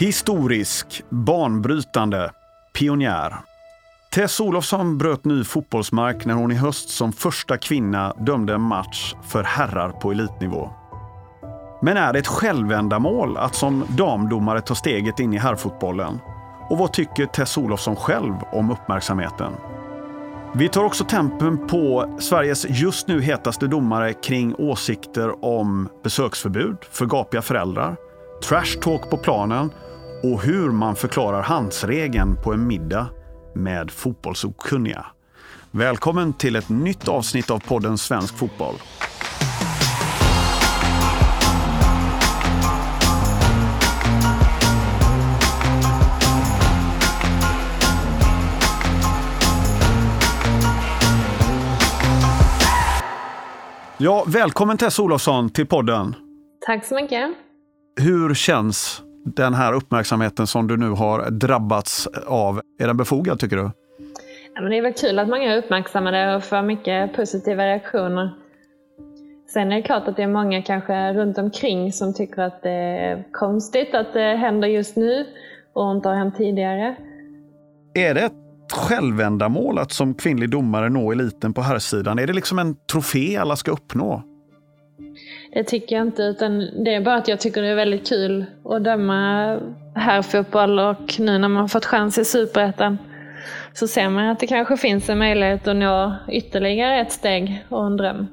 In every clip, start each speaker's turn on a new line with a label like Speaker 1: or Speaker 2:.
Speaker 1: Historisk, banbrytande, pionjär. Tess Olofsson bröt ny fotbollsmark när hon i höst som första kvinna dömde en match för herrar på elitnivå. Men är det ett självändamål att som damdomare ta steget in i herrfotbollen? Och vad tycker Tess Olofsson själv om uppmärksamheten? Vi tar också tempen på Sveriges just nu hetaste domare kring åsikter om besöksförbud för gapiga föräldrar, trash talk på planen och hur man förklarar handsregeln på en middag med fotbollsokunniga. Välkommen till ett nytt avsnitt av podden Svensk fotboll. Ja, välkommen Tess Olofsson till podden.
Speaker 2: Tack så mycket.
Speaker 1: Hur känns den här uppmärksamheten som du nu har drabbats av? Är den befogad tycker du?
Speaker 2: Ja, men det är väl kul att många är uppmärksammade och får mycket positiva reaktioner. Sen är det klart att det är många kanske runt omkring som tycker att det är konstigt att det händer just nu och inte har hänt tidigare.
Speaker 1: Är det ett självändamål att som kvinnlig domare nå eliten på herrsidan? Är det liksom en trofé alla ska uppnå?
Speaker 2: Det tycker jag inte, utan det är bara att jag tycker det är väldigt kul att döma herrfotboll, och nu när man fått chans i Superettan så ser man att det kanske finns en möjlighet att nå ytterligare ett steg och en dröm.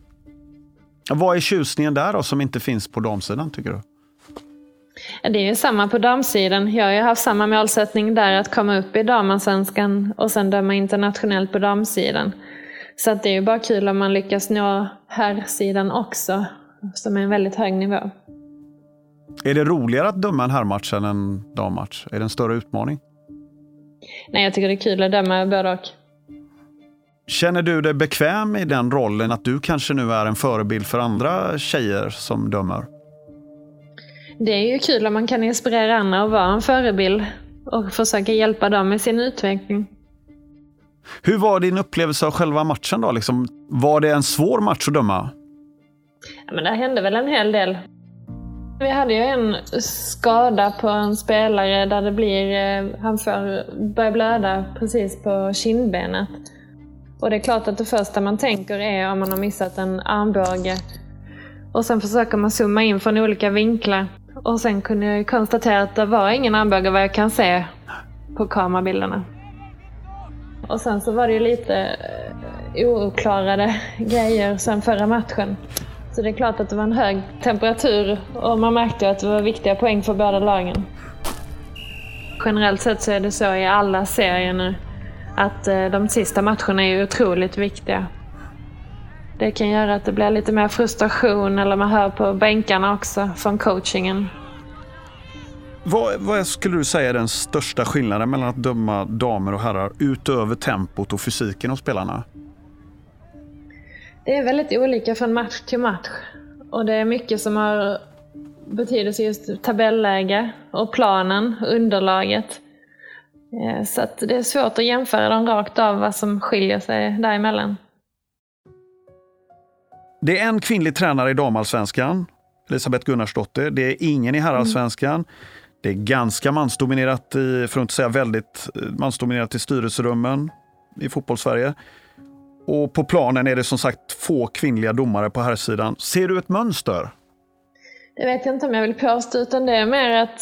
Speaker 1: Vad är tjusningen där då som inte finns på damsidan tycker du?
Speaker 2: Det är ju samma på damsidan. Jag har ju haft samma målsättning där, att komma upp i damallsvenskan och sen döma internationellt på damsidan. Så att det är ju bara kul om man lyckas nå herrsidan också, som är en väldigt hög nivå.
Speaker 1: Är det roligare att döma en herrmatch än en dammatch? Är det en större utmaning?
Speaker 2: Nej, jag tycker det är kul att döma både och.
Speaker 1: Känner du dig bekväm i den rollen att du kanske nu är en förebild för andra tjejer som dömer?
Speaker 2: Det är ju kul om man kan inspirera andra och vara en förebild och försöka hjälpa dem med sin utveckling.
Speaker 1: Hur var din upplevelse av själva matchen då? Var det en svår match att döma?
Speaker 2: Ja, men det hände väl en hel del. Vi hade ju en skada på en spelare där det han börjar blöda precis på kindbenet. Och det är klart att det första man tänker är om man har missat en armbåge. Och sen försöker man zooma in från olika vinklar. Och sen kunde jag konstatera att det var ingen armbåge vad jag kan se på kamerabilderna. Och sen så var det ju lite ouppklarade grejer sen förra matchen. Så det är klart att det var en hög temperatur och man märkte att det var viktiga poäng för båda lagen. Generellt sett så är det så i alla serier nu att de sista matcherna är otroligt viktiga. Det kan göra att det blir lite mer frustration, eller man hör på bänkarna också från coachingen.
Speaker 1: Vad skulle du säga är den största skillnaden mellan att döma damer och herrar utöver tempot och fysiken hos spelarna?
Speaker 2: Det är väldigt olika från match till match. Och det är mycket som har betydelse, just tabelläge och planen, underlaget. Så att det är svårt att jämföra dem rakt av vad som skiljer sig däremellan. Det
Speaker 1: är en kvinnlig tränare i damallsvenskan, Elisabeth Gunnarsdotter. Det är ingen i herrallsvenskan. Det är ganska mansdominerat, för att inte säga väldigt mansdominerat i styrelserummen i fotbollssverige. Och på planen är det som sagt få kvinnliga domare på herrsidan. Ser du ett mönster?
Speaker 2: Det vet jag inte om jag vill påstå, utan det är mer att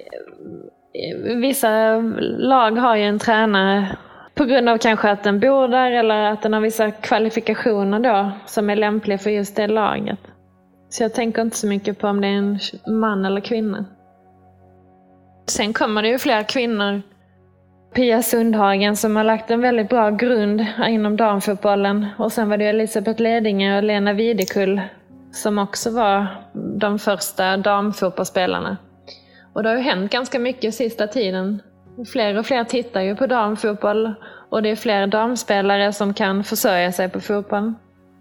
Speaker 2: vissa lag har ju en tränare på grund av kanske att den bor där, eller att den har vissa kvalifikationer då som är lämpliga för just det laget. Så jag tänker inte så mycket på om det är en man eller kvinna. Sen kommer det ju fler kvinnor. Pia Sundhagen som har lagt en väldigt bra grund inom damfotbollen. Och sen var det Elisabeth Ledinge och Lena Videkull som också var de första damfotbollsspelarna. Och det har ju hänt ganska mycket sista tiden. Fler och fler tittar ju på damfotboll, och det är fler damspelare som kan försörja sig på fotboll.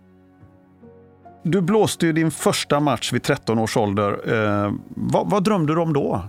Speaker 1: Du blåste ju din första match vid 13 års ålder. Vad drömde du om då?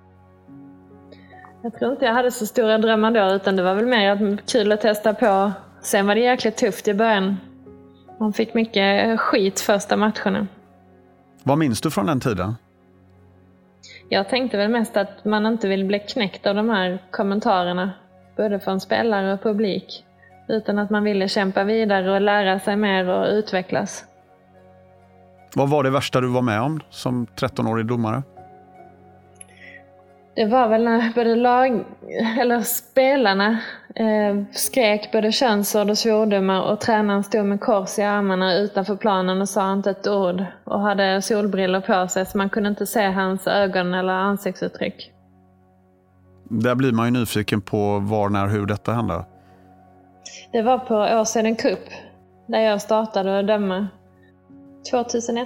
Speaker 2: Jag tror inte jag hade så stora drömmar då, utan det var väl mer att kul att testa på. Sen var det jäkligt tufft i början. Man fick mycket skit första matcherna.
Speaker 1: Vad minns du från den tiden?
Speaker 2: Jag tänkte väl mest att man inte vill bli knäckt av de här kommentarerna, både från spelare och publik, utan att man ville kämpa vidare och lära sig mer och utvecklas.
Speaker 1: Vad var det värsta du var med om som 13-årig domare?
Speaker 2: Det var väl när både spelarna skrek både könsord och svordomar och tränaren stod med kors i armarna utanför planen och sa inte ett ord och hade solbrillor på sig så man kunde inte se hans ögon eller ansiktsuttryck.
Speaker 1: Där blir man ju nyfiken på var, när, hur detta hände.
Speaker 2: Det var på Åseden Cup där jag startade att döma 2001.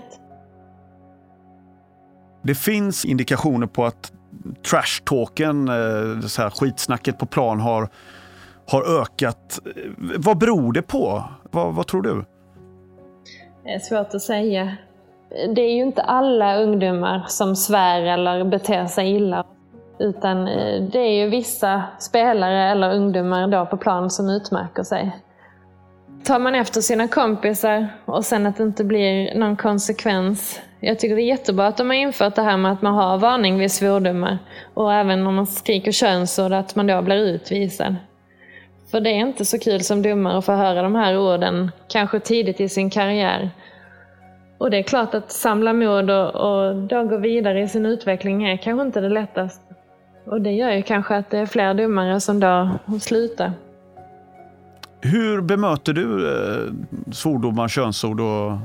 Speaker 1: Det finns indikationer på att trash-talken, så här skitsnacket på plan har ökat. Vad beror det på? Vad tror du?
Speaker 2: Det är svårt att säga. Det är ju inte alla ungdomar som svär eller beter sig illa. Utan det är ju vissa spelare eller ungdomar då på plan som utmärker sig. Tar man efter sina kompisar och sen att det inte blir någon konsekvens. Jag tycker det är jättebra att de har infört det här med att man har varning vid svordomar. Och även om man skriker könsord att man då blir utvisad. För det är inte så kul som domare att få höra de här orden kanske tidigt i sin karriär. Och det är klart att samla mod och då gå vidare i sin utveckling är kanske inte det lättaste. Och det gör ju kanske att det är fler domare som då slutar.
Speaker 1: Hur bemöter du svordomar, könsord? Och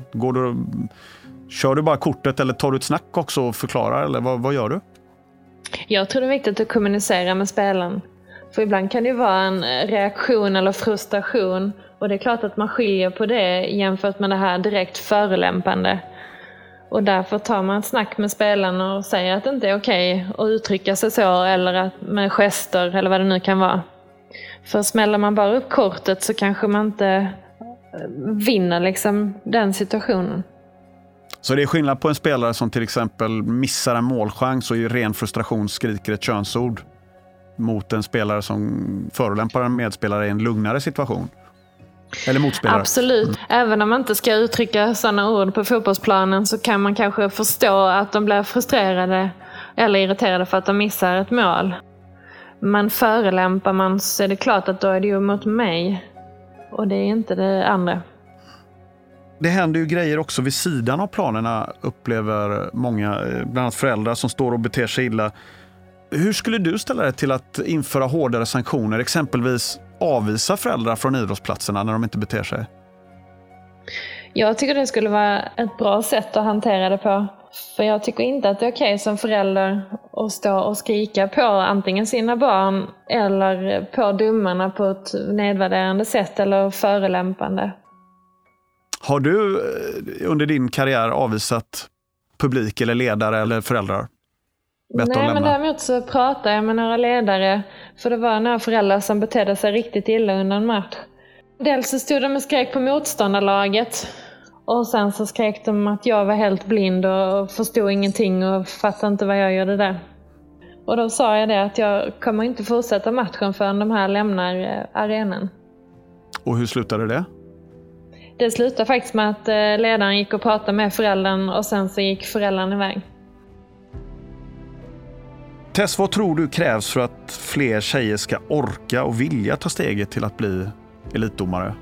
Speaker 1: kör du bara kortet eller tar du ett snack också och förklarar? Eller vad gör du?
Speaker 2: Jag tror det är viktigt att kommunicera med spelaren. För ibland kan det vara en reaktion eller frustration. Och det är klart att man skiljer på det jämfört med det här direkt förolämpande. Och därför tar man ett snack med spelaren och säger att det inte är okej att uttrycka sig så. Eller att med gester eller vad det nu kan vara. För smäller man bara upp kortet så kanske man inte vinner liksom den situationen.
Speaker 1: Så det är skillnad på en spelare som till exempel missar en målchans och i ren frustration skriker ett könsord mot en spelare som förolämpar en medspelare i en lugnare situation? Eller motspelare?
Speaker 2: Absolut. Även om man inte ska uttrycka sådana ord på fotbollsplanen så kan man kanske förstå att de blir frustrerade eller irriterade för att de missar ett mål. Men förolämpar man så är det klart att då är det ju mot mig. Och det är inte det andra.
Speaker 1: Det händer ju grejer också vid sidan av planerna, upplever många, bland annat föräldrar som står och beter sig illa. Hur skulle du ställa dig till att införa hårdare sanktioner, exempelvis avvisa föräldrar från idrottsplatserna när de inte beter sig?
Speaker 2: Jag tycker det skulle vara ett bra sätt att hantera det på. För jag tycker inte att det är okej som förälder att stå och skrika på antingen sina barn eller på domarna på ett nedvärderande sätt eller förolämpande.
Speaker 1: Har du under din karriär avvisat publik eller ledare eller föräldrar?
Speaker 2: Nej, men däremot så pratade jag med några ledare. För det var några föräldrar som betedde sig riktigt illa under en match. Dels så stod de och skrek på motståndarlaget. Och sen så skrek de att jag var helt blind och förstod ingenting och fattade inte vad jag gjorde där. Och då sa jag det att jag kommer inte fortsätta matchen förrän de här lämnar arenan.
Speaker 1: Och hur slutade det?
Speaker 2: Det slutade faktiskt med att ledaren gick och pratade med föräldern och sen så gick föräldern iväg.
Speaker 1: Tess, vad tror du krävs för att fler tjejer ska orka och vilja ta steget till att bli elitdomare?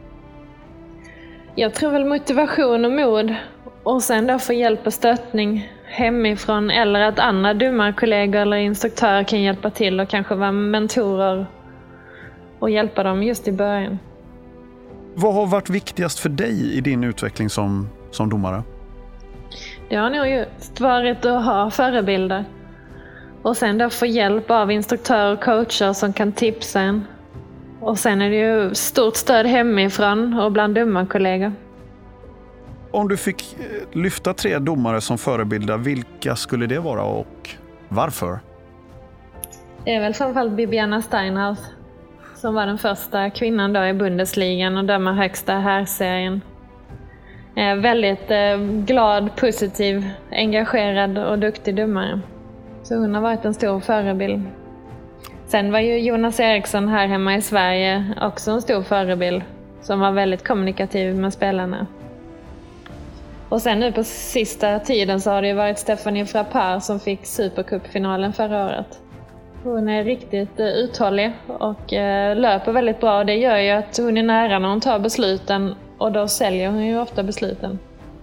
Speaker 2: Jag tror väl motivation och mod och sen då få hjälp och stöttning hemifrån eller att andra domarkollegor eller instruktörer kan hjälpa till och kanske vara mentorer och hjälpa dem just i början.
Speaker 1: Vad har varit viktigast för dig i din utveckling som domare?
Speaker 2: Det har nog just varit att ha förebilder och sen då få hjälp av instruktörer och coacher som kan tipsa en. Och sen är det ju stort stöd hemifrån och bland domarkollegor.
Speaker 1: Om du fick lyfta 3 domare som förebilder, vilka skulle det vara och varför?
Speaker 2: Det är väl framförallt Bibiana Steinhaus som var den första kvinnan då i Bundesligan och dömer högsta herrserien. Väldigt glad, positiv, engagerad och duktig domare. Så hon har varit en stor förebild. Sen var ju Jonas Eriksson här hemma i Sverige också en stor förebild som var väldigt kommunikativ med spelarna. Och sen nu på sista tiden så har det ju varit Stephanie Frappart som fick Supercupfinalen förra året. Hon är riktigt uthållig och löper väldigt bra. Det gör ju att hon är nära när hon tar besluten, och då säljer hon ju ofta besluten.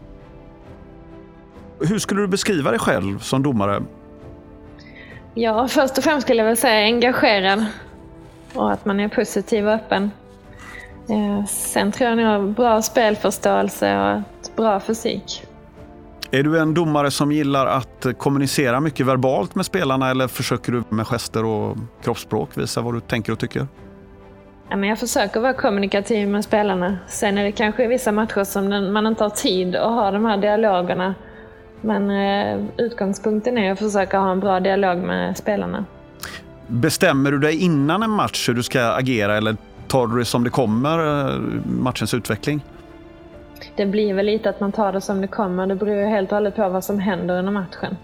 Speaker 1: Hur skulle du beskriva dig själv som domare?
Speaker 2: Ja, först och främst skulle jag väl säga engagerad och att man är positiv och öppen. Sen tror jag ni har bra spelförståelse och ett bra fysik.
Speaker 1: Är du en domare som gillar att kommunicera mycket verbalt med spelarna, eller försöker du med gester och kroppsspråk visa vad du tänker och tycker?
Speaker 2: Ja, men jag försöker vara kommunikativ med spelarna. Sen är det kanske i vissa matcher som man inte har tid att ha de här dialogerna. Men utgångspunkten är att försöka ha en bra dialog med spelarna.
Speaker 1: Bestämmer du dig innan en match hur du ska agera, eller tar du det som det kommer, matchens utveckling?
Speaker 2: Det blir väl lite att man tar det som det kommer. Det beror ju helt och hållet på vad som händer under matchen.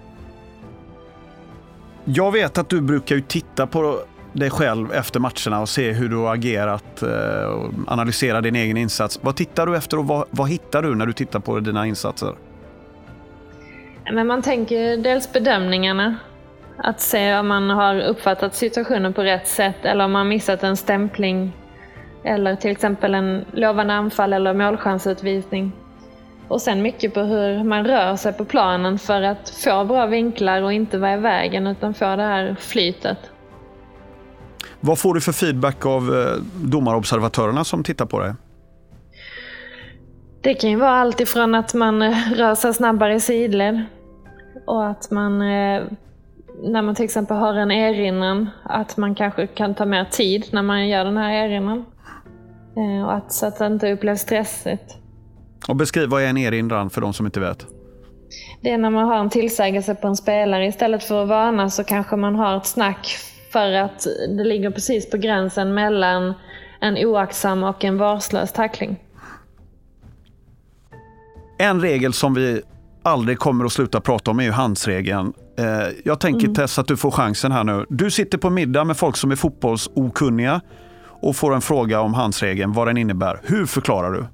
Speaker 1: Jag vet att du brukar ju titta på dig själv efter matcherna och se hur du har agerat och analysera din egen insats. Vad tittar du efter och vad hittar du när du tittar på dina insatser?
Speaker 2: Men man tänker dels bedömningarna. Att se om man har uppfattat situationen på rätt sätt eller om man missat en stämpling. Eller till exempel en lovande anfall eller målchansutvisning. Och sen mycket på hur man rör sig på planen för att få bra vinklar och inte vara i vägen utan få det här flytet.
Speaker 1: Vad får du för feedback av domarobservatörerna som tittar på dig?
Speaker 2: Det kan ju vara allt ifrån att man rör sig snabbare i sidled och att man, när man till exempel har en erinran, att man kanske kan ta mer tid när man gör den här erinran. Och att, så att det inte upplevs stressigt.
Speaker 1: Och beskriv, vad är en erinran för de som inte vet?
Speaker 2: Det är när man har en tillsägelse på en spelare. Istället för att varna så kanske man har ett snack för att det ligger precis på gränsen mellan en oaktsam och en varslös tackling.
Speaker 1: En regel som vi aldrig kommer att sluta prata om är ju handsregeln. Jag tänker Tess att du får chansen här nu. Du sitter på middag med folk som är fotbollsokunniga och får en fråga om handsregeln, vad den innebär. Hur förklarar du?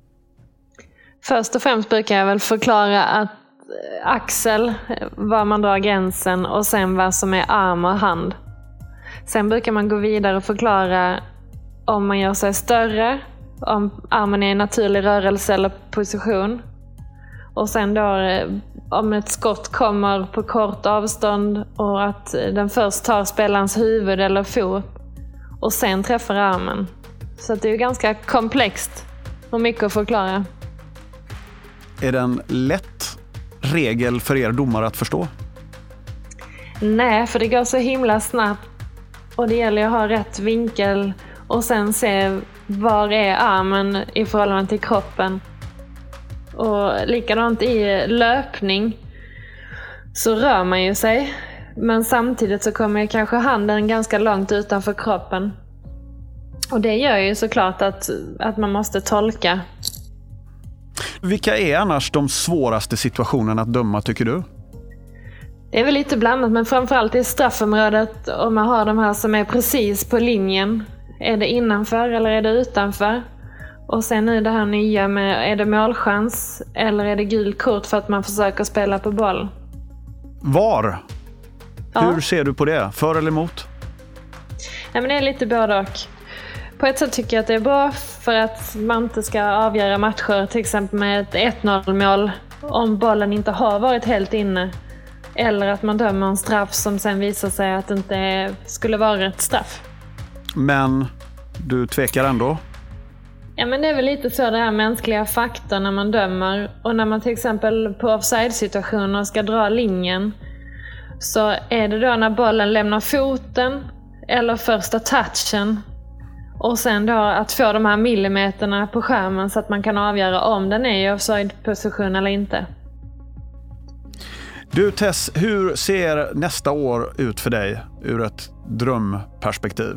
Speaker 2: Först och främst brukar jag väl förklara att axel, var man drar gränsen, och sen vad som är arm och hand. Sen brukar man gå vidare och förklara om man gör sig större, om armen är i naturlig rörelse eller position. Och sen då om ett skott kommer på kort avstånd och att den först tar spelarens huvud eller fot och sen träffar armen. Så det är ju ganska komplext och mycket att förklara.
Speaker 1: Är det en lätt regel för er domare att förstå?
Speaker 2: Nej, för det går så himla snabbt och det gäller att ha rätt vinkel och sen se var är armen i förhållande till kroppen. Och likadant i löpning så rör man ju sig, men samtidigt så kommer kanske handen ganska långt utanför kroppen. Och det gör ju såklart att man måste tolka.
Speaker 1: Vilka är annars de svåraste situationerna att döma, tycker du?
Speaker 2: Det är väl lite blandat, men framförallt i straffområdet om man har de här som är precis på linjen. Är det innanför eller är det utanför? Och sen är det här nya med, är det målchans eller är det gult kort för att man försöker spela på boll?
Speaker 1: VAR?
Speaker 2: Ja.
Speaker 1: Hur ser du på det? För eller emot?
Speaker 2: Nej, men det är lite både och. På ett sätt tycker jag att det är bra för att man inte ska avgöra matcher, till exempel med ett 1-0-mål, om bollen inte har varit helt inne. Eller att man dömer en straff som sen visar sig att det inte skulle vara ett straff.
Speaker 1: Men du tvekar ändå?
Speaker 2: Ja, men det är väl lite så det här mänskliga faktor när man dömer. Och när man till exempel på offside-situationer ska dra linjen, så är det då när bollen lämnar foten eller första touchen. Och sen då att få de här millimeterna på skärmen så att man kan avgöra om den är i offside-position eller inte.
Speaker 1: Du Tess, hur ser nästa år ut för dig ur ett drömperspektiv?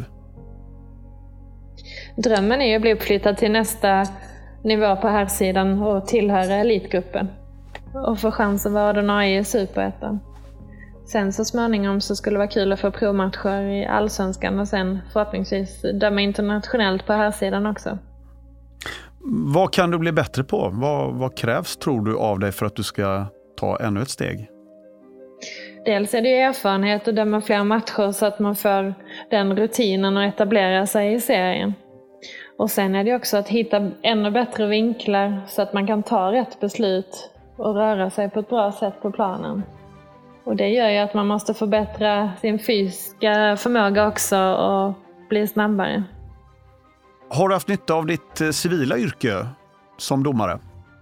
Speaker 2: Drömmen är ju att bli uppflyttad till nästa nivå på här sidan och tillhöra elitgruppen. Och få chansen att vara ordinarie i Superettan. Sen så småningom så skulle det vara kul att få provmatcher i Allsvenskan och sen förhoppningsvis döma internationellt på här sidan också.
Speaker 1: Vad kan du bli bättre på? Vad krävs, tror du, av dig för att du ska ta ännu ett steg?
Speaker 2: Dels är det ju erfarenhet att döma fler matcher så att man får den rutinen och etablera sig i serien. Och sen är det också att hitta ännu bättre vinklar så att man kan ta rätt beslut och röra sig på ett bra sätt på planen. Och det gör ju att man måste förbättra sin fysiska förmåga också och bli snabbare.
Speaker 1: Har du haft nytta av ditt civila yrke som domare?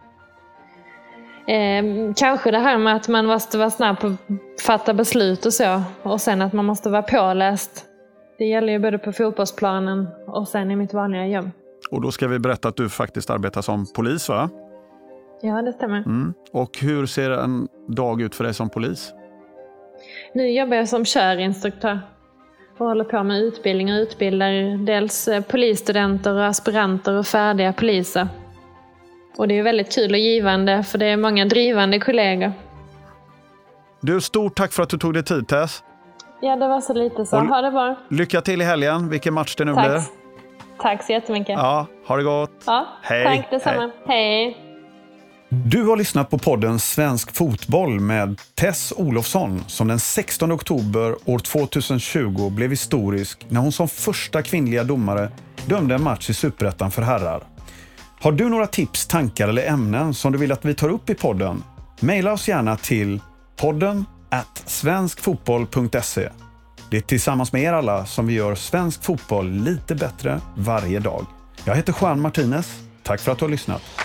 Speaker 2: Kanske det här med att man måste vara snabb på att fatta beslut och så. Och sen att man måste vara påläst. Det gäller ju både på fotbollsplanen och sen i mitt vanliga jobb.
Speaker 1: Och då ska vi berätta att du faktiskt arbetar som polis, va?
Speaker 2: Ja, det stämmer.
Speaker 1: Och hur ser en dag ut för dig som polis?
Speaker 2: Nu jobbar jag som körinstruktör och håller på med utbildning och utbildar dels polisstudenter och aspiranter och färdiga poliser. Och det är väldigt kul och givande för det är många drivande kollegor.
Speaker 1: Du, stort tack för att du tog dig tid, Tess.
Speaker 2: Ja, det var så lite så. Ha det bra.
Speaker 1: Lycka till i helgen, vilken match det nu blir.
Speaker 2: Tack så jättemycket.
Speaker 1: Ja, ha det gott.
Speaker 2: Ja,
Speaker 1: hej.
Speaker 2: Tack detsamma. Hej.
Speaker 1: Du har lyssnat på podden Svensk fotboll med Tess Olofsson som den 16 oktober år 2020 blev historisk när hon som första kvinnliga domare dömde en match i Superettan för herrar. Har du några tips, tankar eller ämnen som du vill att vi tar upp i podden? Maila oss gärna till podden@svenskfotboll.se. Det är tillsammans med er alla som vi gör svensk fotboll lite bättre varje dag. Jag heter Juan Martinez. Tack för att du har lyssnat.